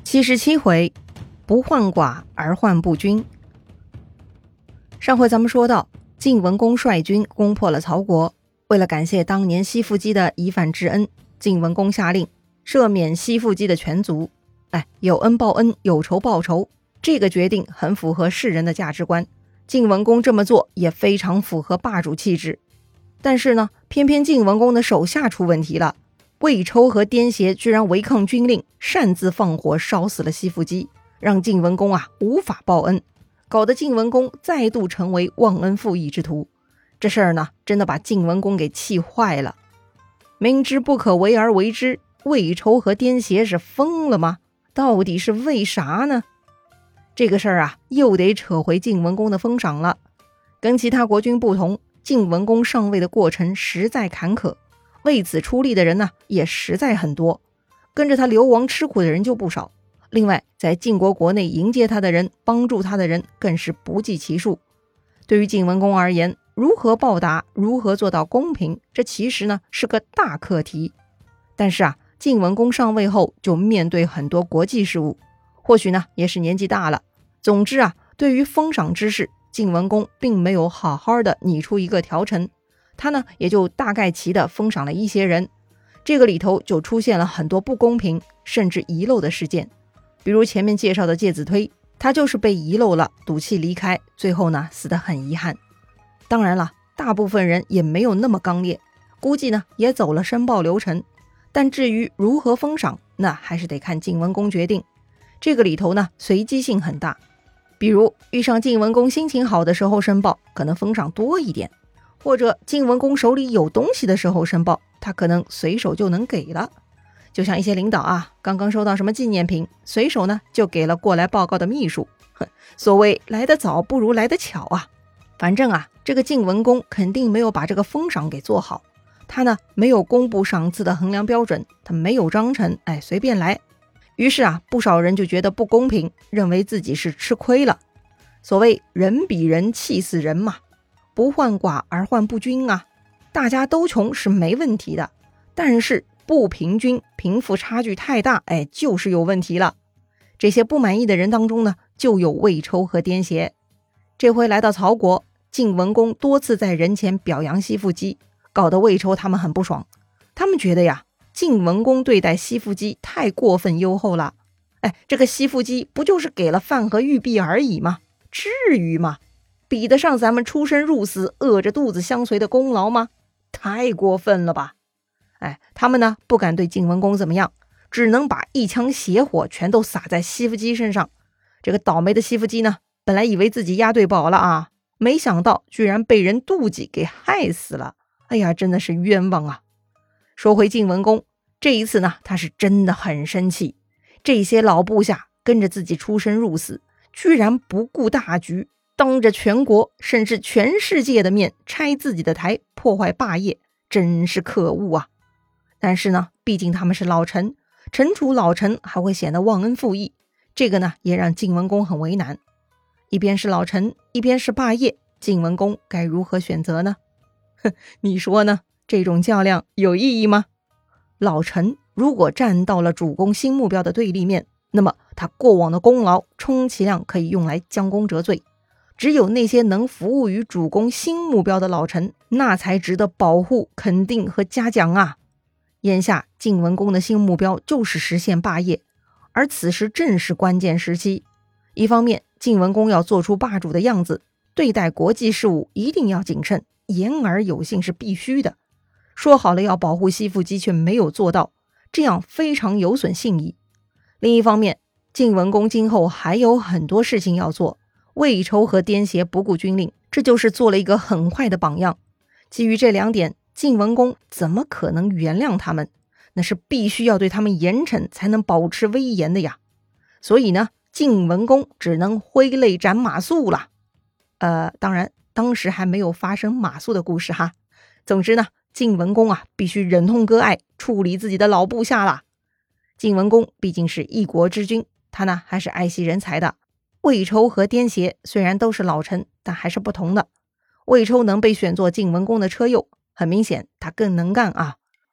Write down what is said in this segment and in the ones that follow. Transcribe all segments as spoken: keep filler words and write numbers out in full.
七十七回，不患寡而患不均。上回咱们说到，晋文公率军攻破了曹国，为了感谢当年西父姬的一饭之恩，晋文公下令赦免西父姬的全族。哎，有恩报恩，有仇报仇，这个决定很符合世人的价值观。晋文公这么做也非常符合霸主气质。但是呢，偏偏晋文公的手下出问题了。魏抽和颠邪居然违抗军令，擅自放火烧死了西父姬，让晋文公啊无法报恩，搞得晋文公再度成为忘恩负义之徒。这事儿呢，真的把晋文公给气坏了。明知不可为而为之，魏抽和颠邪是疯了吗？到底是为啥呢？这个事儿啊，又得扯回晋文公的封赏了。跟其他国君不同，晋文公上位的过程实在坎坷，为此出力的人呢，也实在很多，跟着他流亡吃苦的人就不少。另外，在晋国国内迎接他的人、帮助他的人更是不计其数。对于晋文公而言，如何报答，如何做到公平，这其实呢是个大课题。但是啊，晋文公上位后就面对很多国际事务，或许呢也是年纪大了。总之啊，对于封赏之事，晋文公并没有好好的拟出一个条程。他呢也就大概齐的封赏了一些人，这个里头就出现了很多不公平甚至遗漏的事件。比如前面介绍的介子推，他就是被遗漏了，赌气离开，最后呢死得很遗憾。当然了，大部分人也没有那么刚烈，估计呢也走了申报流程。但至于如何封赏，那还是得看晋文公决定。这个里头呢随机性很大，比如遇上晋文公心情好的时候申报，可能封赏多一点，或者晋文公手里有东西的时候申报，他可能随手就能给了。就像一些领导啊，刚刚收到什么纪念品，随手呢就给了过来报告的秘书。所谓来得早不如来得巧啊。反正啊，这个晋文公肯定没有把这个封赏给做好。他呢没有公布赏赐的衡量标准，他没有章程，哎，随便来。于是啊，不少人就觉得不公平，认为自己是吃亏了。所谓人比人气死人嘛，不患寡而患不均啊。大家都穷是没问题的，但是不平均，贫富差距太大，哎，就是有问题了。这些不满意的人当中呢，就有魏抽和颠邪。这回来到曹国，晋文公多次在人前表扬西父姬，搞得魏抽他们很不爽。他们觉得呀，晋文公对待西父姬太过分优厚了。哎，这个西父姬不就是给了饭和玉璧而已吗？至于吗？比得上咱们出生入死饿着肚子相随的功劳吗？太过分了吧。哎，他们呢不敢对晋文公怎么样，只能把一腔邪火全都撒在西父姬身上。这个倒霉的西父姬呢，本来以为自己押对宝了啊，没想到居然被人妒忌给害死了。哎呀，真的是冤枉啊。说回晋文公，这一次呢他是真的很生气。这些老部下跟着自己出生入死，居然不顾大局，当着全国甚至全世界的面拆自己的台，破坏霸业，真是可恶啊。但是呢，毕竟他们是老臣，惩处老臣还会显得忘恩负义，这个呢也让晋文公很为难。一边是老臣，一边是霸业，晋文公该如何选择呢？哼，你说呢？这种较量有意义吗？老臣如果站到了主公新目标的对立面，那么他过往的功劳充其量可以用来将功折罪。只有那些能服务于主公新目标的老臣，那才值得保护、肯定和嘉奖啊。眼下晋文公的新目标就是实现霸业，而此时正是关键时期。一方面，晋文公要做出霸主的样子，对待国际事务一定要谨慎，言而有信是必须的。说好了要保护西父姬，却没有做到，这样非常有损信义。另一方面，晋文公今后还有很多事情要做，魏抽和颠邪不顾军令，这就是做了一个很坏的榜样。基于这两点，晋文公怎么可能原谅他们？那是必须要对他们严惩，才能保持威严的呀。所以呢，晋文公只能挥泪斩马谡了。呃，当然，当时还没有发生马谡的故事哈。总之呢，晋文公啊，必须忍痛割爱，处理自己的老部下啦。晋文公毕竟是一国之君，他呢还是爱惜人才的。魏抽和颠邪虽然都是老臣，但还是不同的。魏抽能被选作晋文公的车右，很明显他更能干啊。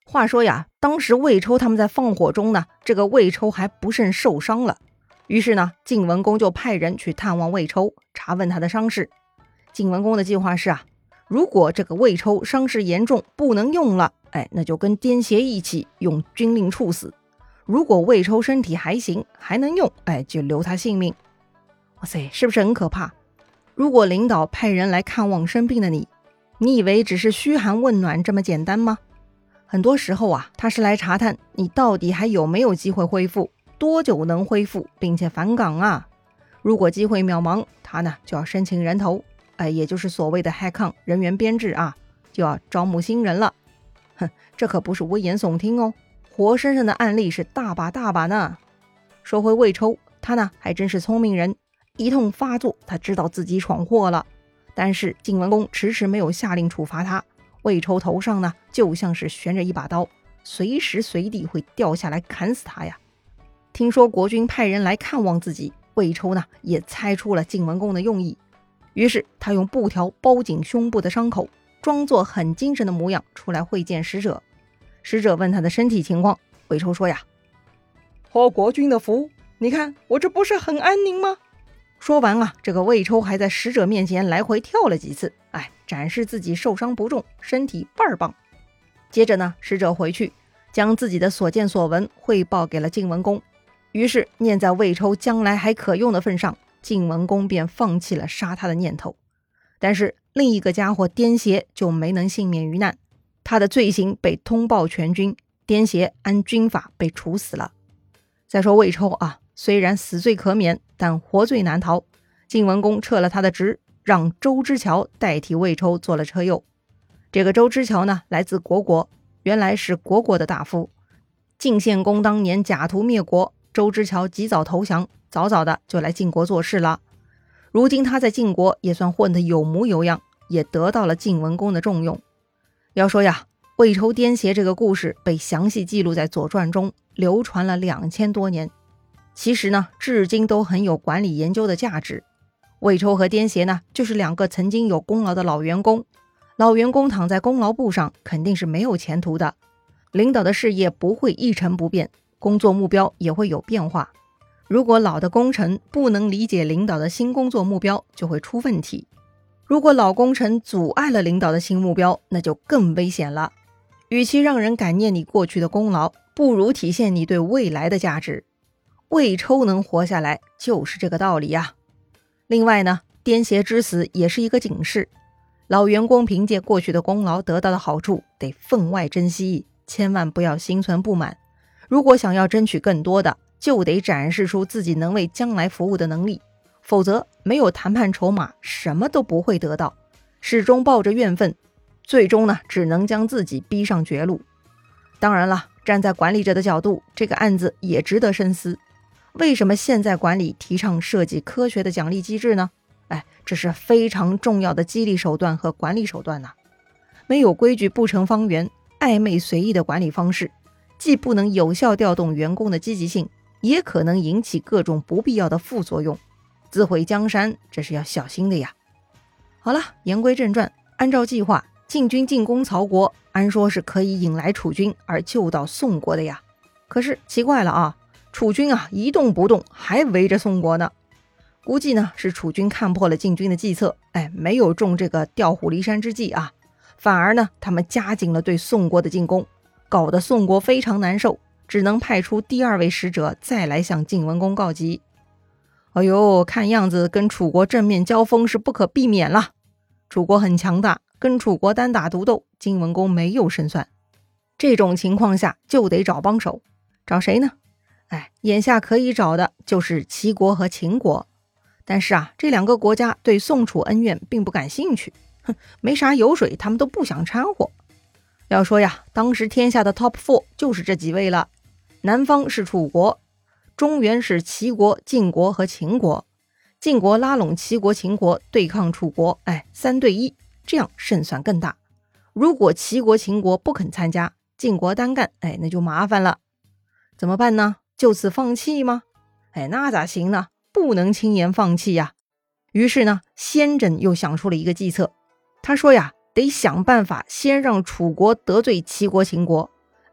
话说呀，当时魏抽他们在放火中呢，这个魏抽还不慎受伤了。于是呢，晋文公就派人去探望魏抽，查问他的伤势。晋文公的计划是啊，如果这个魏抽伤势严重不能用了，哎，那就跟颠邪一起用军令处死。如果魏抽身体还行，还能用，哎，就留他性命。哇塞，是不是很可怕？如果领导派人来看望生病的你，你以为只是嘘寒问暖这么简单吗？很多时候啊，他是来查探你到底还有没有机会恢复，多久能恢复，并且返岗啊。如果机会渺茫，他呢就要申请人头，哎，也就是所谓的 headcount 人员编制啊，就要招募新人了。哼，这可不是危言耸听哦，活生生的案例是大把大把呢。说回魏抽，他呢还真是聪明人，一通发作，他知道自己闯祸了。但是晋文公迟迟没有下令处罚他，魏抽头上呢就像是悬着一把刀，随时随地会掉下来砍死他呀。听说国君派人来看望自己，魏抽呢也猜出了晋文公的用意，于是他用布条包紧胸部的伤口，装作很精神的模样出来会见使者。使者问他的身体情况，魏抽说呀，托国君的福，你看我这不是很安宁吗？说完啊，这个魏抽还在使者面前来回跳了几次，哎，展示自己受伤不重，身体倍儿棒。接着呢，使者回去将自己的所见所闻汇报给了晋文公。于是念在魏抽将来还可用的份上，晋文公便放弃了杀他的念头。但是另一个家伙颠邪就没能幸免于难，他的罪行被通报全军，颠邪按军法被处死了。再说魏抽啊，虽然死罪可免，但活罪难逃。晋文公撤了他的职，让周之乔代替魏抽做了车右。这个周之乔呢，来自虢国，原来是虢国的大夫。晋献公当年假途灭国，周之乔及早投降，早早的就来晋国做事了。如今他在晋国也算混得有模有样，也得到了晋文公的重用。要说呀，魏抽颠邪这个故事被详细记录在《左传》中，流传了两千多年。其实呢，至今都很有管理研究的价值。魏抽和颠邪呢，就是两个曾经有功劳的老员工。老员工躺在功劳簿上，肯定是没有前途的。领导的事业不会一成不变，工作目标也会有变化。如果老的功臣不能理解领导的新工作目标，就会出问题。如果老功臣阻碍了领导的新目标，那就更危险了。与其让人感念你过去的功劳，不如体现你对未来的价值。魏抽能活下来，就是这个道理呀。另外呢，颠邪之死也是一个警示。老员工凭借过去的功劳得到的好处，得分外珍惜，千万不要心存不满。如果想要争取更多的，就得展示出自己能为将来服务的能力，否则没有谈判筹码，什么都不会得到。始终抱着怨愤，最终呢，只能将自己逼上绝路。当然了，站在管理者的角度，这个案子也值得深思。为什么现在管理提倡设计科学的奖励机制呢？哎，这是非常重要的激励手段和管理手段呐、啊。没有规矩不成方圆，暧昧随意的管理方式，既不能有效调动员工的积极性，也可能引起各种不必要的副作用，自毁江山，这是要小心的呀。好了，言归正传，按照计划，晋军进攻曹国，按说是可以引来楚军而救到宋国的呀。可是奇怪了啊，楚军啊一动不动，还围着宋国呢。估计呢是楚军看破了晋军的计策，哎，没有中这个调虎离山之计啊，反而呢他们加紧了对宋国的进攻，搞得宋国非常难受，只能派出第二位使者再来向晋文公告急。哎呦，看样子跟楚国正面交锋是不可避免了。楚国很强大，跟楚国单打独斗，晋文公没有胜算。这种情况下就得找帮手，找谁呢？哎，眼下可以找的就是齐国和秦国。但是啊，这两个国家对宋楚恩怨并不感兴趣，哼，没啥油水，他们都不想掺和。要说呀，当时天下的 top four 就是这几位了。南方是楚国，中原是齐国、晋国和秦国。晋国拉拢齐国、秦国对抗楚国，哎，三对一，这样胜算更大。如果齐国、秦国不肯参加，晋国单干，哎，那就麻烦了。怎么办呢？就此放弃吗？哎，那咋行呢？不能轻言放弃呀。于是呢，先轸又想出了一个计策。他说呀，得想办法先让楚国得罪齐国、秦国，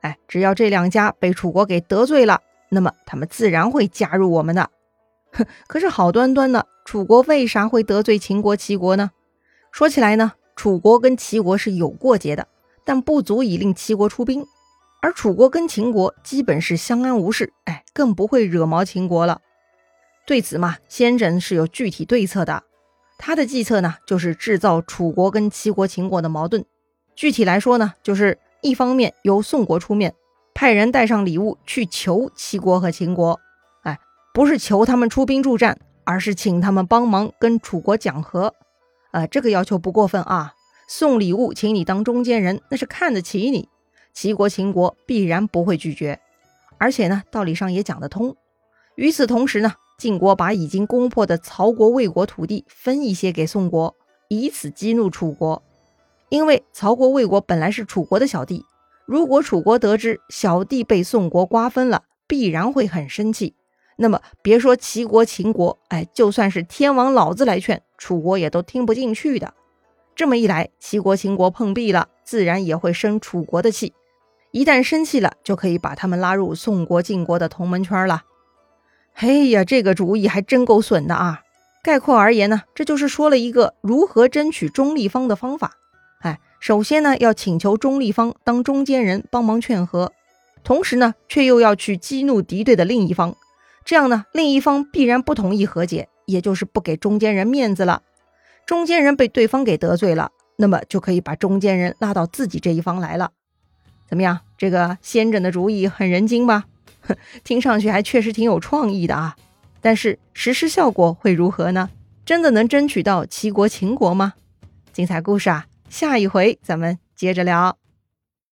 哎，只要这两家被楚国给得罪了，那么他们自然会加入我们的。可是好端端的，楚国为啥会得罪秦国、齐国呢？说起来呢，楚国跟齐国是有过节的，但不足以令齐国出兵。而楚国跟秦国基本是相安无事，哎，更不会惹毛秦国了。对此嘛，先轸是有具体对策的。他的计策呢，就是制造楚国跟齐国、秦国的矛盾。具体来说呢，就是一方面由宋国出面，派人带上礼物去求齐国和秦国，哎，不是求他们出兵助战，而是请他们帮忙跟楚国讲和。呃，这个要求不过分啊，送礼物请你当中间人，那是看得起你。齐国、秦国必然不会拒绝，而且呢，道理上也讲得通。与此同时呢，晋国把已经攻破的曹国、魏国土地分一些给宋国，以此激怒楚国。因为曹国、魏国本来是楚国的小弟，如果楚国得知小弟被宋国瓜分了，必然会很生气。那么别说齐国、秦国，哎，就算是天王老子来劝，楚国也都听不进去的。这么一来，齐国、秦国碰壁了，自然也会生楚国的气。一旦生气了，就可以把他们拉入宋国、晋国的同门圈了。嘿呀，这个主意还真够损的啊！概括而言呢，这就是说了一个如何争取中立方的方法。哎，首先呢，要请求中立方当中间人帮忙劝和，同时呢，却又要去激怒敌对的另一方。这样呢，另一方必然不同意和解，也就是不给中间人面子了。中间人被对方给得罪了，那么就可以把中间人拉到自己这一方来了。怎么样，这个先轸的主意很人精吧？听上去还确实挺有创意的啊。但是实施效果会如何呢？真的能争取到齐国、秦国吗？精彩故事啊，下一回咱们接着聊。